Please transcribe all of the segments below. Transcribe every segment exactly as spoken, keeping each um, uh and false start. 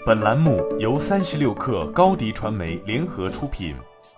本栏目由三十六氪高迪传媒联合出品。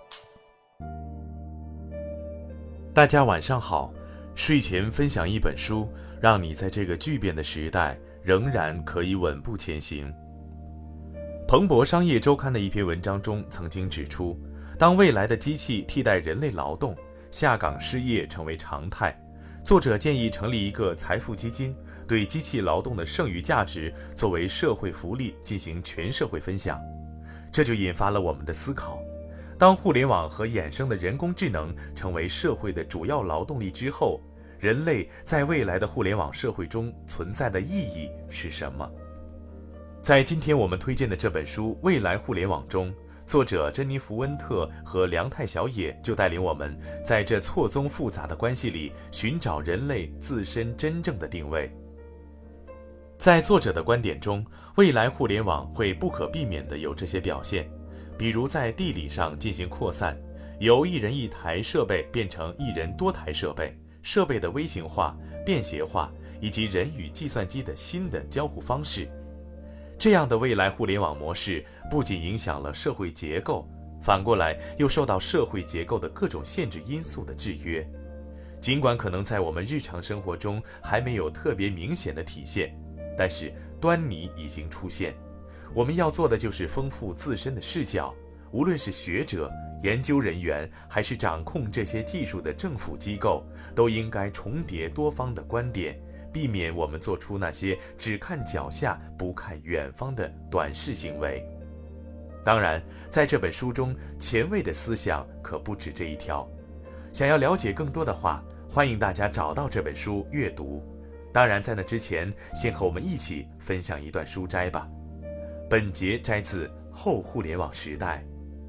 大家晚上好，睡前分享一本书，让你在这个巨变的时代仍然可以稳步前行。彭博商业周刊的一篇文章中曾经指出，当未来的机器替代人类劳动，下岗失业成为常态，作者建议成立一个财富基金，对机器劳动的剩余价值作为社会福利进行全社会分享。这就引发了我们的思考，当互联网和衍生的人工智能成为社会的主要劳动力之后，人类在未来的互联网社会中存在的意义是什么？在今天我们推荐的这本书《未来互联网》中，作者珍妮弗·温特和梁太小野就带领我们在这错综复杂的关系里寻找人类自身真正的定位。在作者的观点中，未来互联网会不可避免地有这些表现，比如在地理上进行扩散，由一人一台设备变成一人多台设备，设备的微型化、便携化，以及人与计算机的新的交互方式。这样的未来互联网模式不仅影响了社会结构，反过来又受到社会结构的各种限制因素的制约。尽管可能在我们日常生活中还没有特别明显的体现，但是端倪已经出现。我们要做的就是丰富自身的视角，无论是学者、研究人员，还是掌控这些技术的政府机构，都应该重叠多方的观点，避免我们做出那些只看脚下不看远方的短视行为。当然，在这本书中，前卫的思想可不止这一条。想要了解更多的话，欢迎大家找到这本书阅读。当然，在那之前，先和我们一起分享一段书摘吧。本节摘自《后互联网时代》。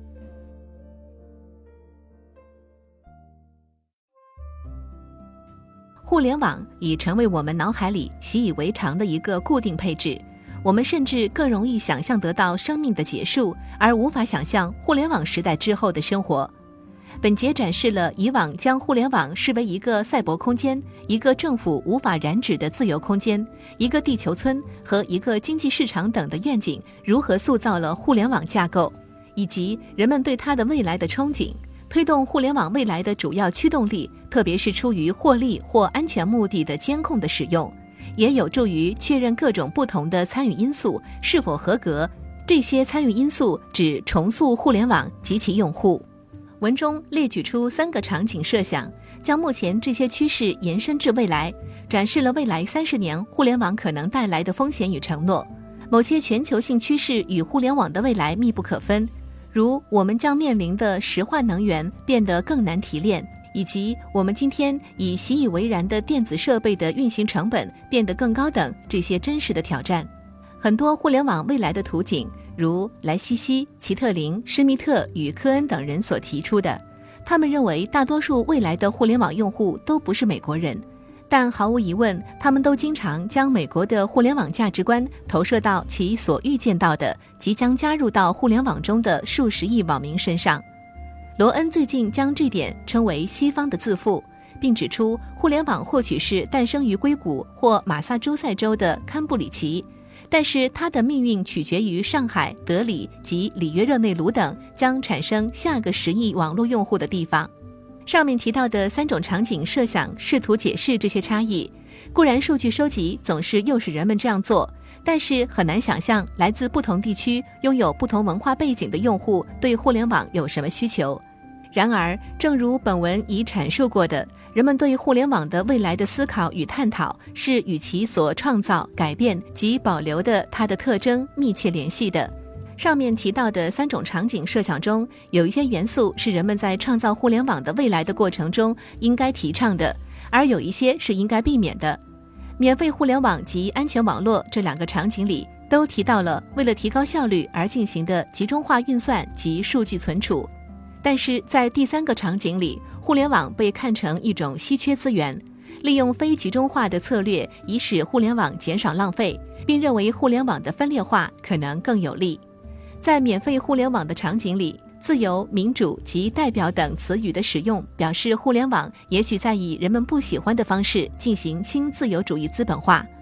互联网已成为我们脑海里习以为常的一个固定配置，我们甚至更容易想象得到生命的结束，而无法想象互联网时代之后的生活。本节展示了以往将互联网视为一个赛博空间、一个政府无法染指的自由空间、一个地球村和一个经济市场等的愿景如何塑造了互联网架构，以及人们对它的未来的憧憬。推动互联网未来的主要驱动力，特别是出于获利或安全目的的监控的使用，也有助于确认各种不同的参与因素是否合格。这些参与因素指重塑互联网及其用户。文中列举出三个场景设想，将目前这些趋势延伸至未来，展示了未来三十年互联网可能带来的风险与承诺。某些全球性趋势与互联网的未来密不可分，如我们将面临的石化能源变得更难提炼，以及我们今天已习以为然的电子设备的运行成本变得更高等这些真实的挑战。很多互联网未来的图景，如莱西西、齐特林、施密特与科恩等人所提出的，他们认为大多数未来的互联网用户都不是美国人，但毫无疑问，他们都经常将美国的互联网价值观投射到其所预见到的即将加入到互联网中的数十亿网民身上。罗恩最近将这点称为西方的自负，并指出互联网或许是诞生于硅谷或马萨诸塞州的堪布里奇，但是它的命运取决于上海、德里及里约热内卢等将产生下个十亿网络用户的地方。上面提到的三种场景设想试图解释这些差异。固然数据收集总是诱使人们这样做，但是很难想象来自不同地区、拥有不同文化背景的用户对互联网有什么需求。然而，正如本文已阐述过的，人们对互联网的未来的思考与探讨是与其所创造、改变及保留的它的特征密切联系的。上面提到的三种场景设想中，有一些元素是人们在创造互联网的未来的过程中应该提倡的，而有一些是应该避免的。免费互联网及安全网络这两个场景里都提到了为了提高效率而进行的集中化运算及数据存储，但是在第三个场景里，互联网被看成一种稀缺资源，利用非集中化的策略以使互联网减少浪费，并认为互联网的分裂化可能更有利。在免费互联网的场景里，自由、民主及代表等词语的使用表示互联网也许在以人们不喜欢的方式进行新自由主义资本化，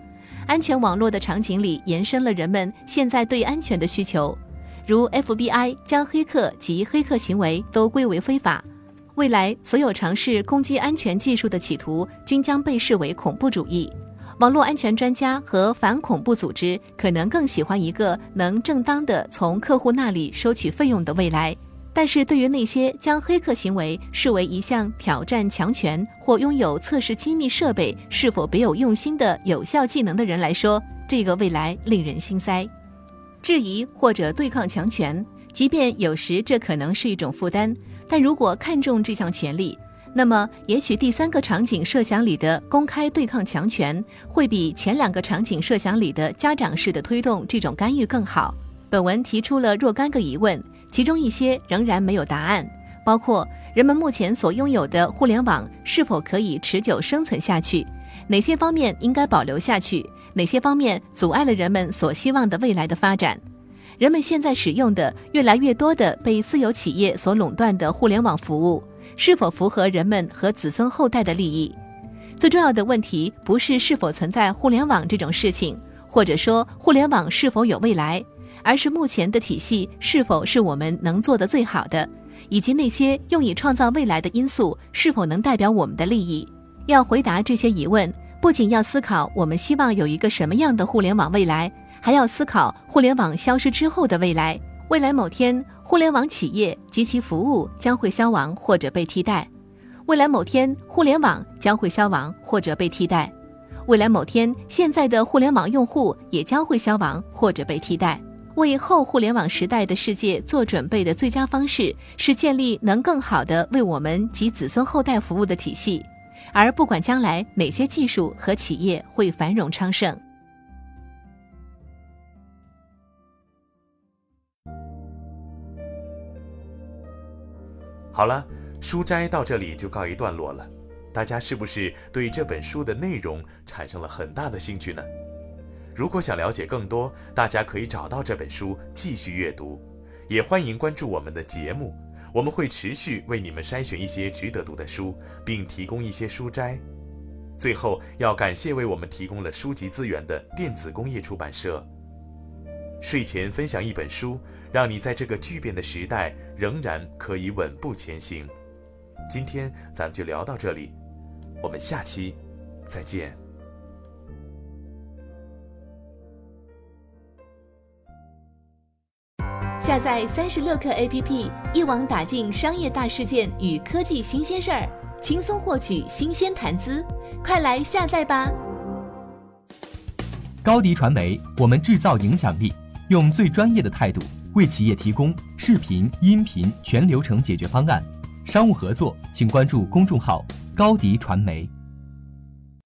安全网络的场景里延伸了人们现在对安全的需求，如 F B I 将黑客及黑客行为都归为非法。未来所有尝试攻击安全技术的企图均将被视为恐怖主义。网络安全专家和反恐怖组织可能更喜欢一个能正当地从客户那里收取费用的未来，但是对于那些将黑客行为视为一项挑战强权或拥有测试机密设备是否别有用心的有效技能的人来说，这个未来令人心塞。质疑或者对抗强权，即便有时这可能是一种负担，但如果看重这项权利，那么也许第三个场景设想里的公开对抗强权会比前两个场景设想里的家长式的推动这种干预更好。本文提出了若干个疑问，其中一些仍然没有答案，包括人们目前所拥有的互联网是否可以持久生存下去，哪些方面应该保留下去，哪些方面阻碍了人们所希望的未来的发展。人们现在使用的越来越多的被私有企业所垄断的互联网服务，是否符合人们和子孙后代的利益？最重要的问题不是是否存在互联网这种事情，或者说互联网是否有未来，而是目前的体系是否是我们能做的最好的，以及那些用以创造未来的因素是否能代表我们的利益。要回答这些疑问，不仅要思考我们希望有一个什么样的互联网未来，还要思考互联网消失之后的未来。未来某天，互联网企业及其服务将会消亡或者被替代。未来某天，互联网将会消亡或者被替代。未来某天，现在的互联网用户也将会消亡或者被替代。为后互联网时代的世界做准备的最佳方式，是建立能更好地为我们及子孙后代服务的体系。而不管将来哪些技术和企业会繁荣昌盛。 好了，书摘到这里就告一段落了。大家是不是对这本书的内容产生了很大的兴趣呢？如果想了解更多，大家可以找到这本书继续阅读，也欢迎关注我们的节目，我们会持续为你们筛选一些值得读的书，并提供一些书摘。最后要感谢为我们提供了书籍资源的电子工业出版社。睡前分享一本书，让你在这个巨变的时代仍然可以稳步前行。今天咱们就聊到这里，我们下期再见。 下载三十六课 A P P， 一网打尽商业大事件与科技新鲜事儿，轻松获取新鲜谈资，快来下载吧！ 高迪传媒，我们制造影响力，用最专业的态度为企业提供视频、音频全流程解决方案。商务合作，请关注公众号高迪传媒。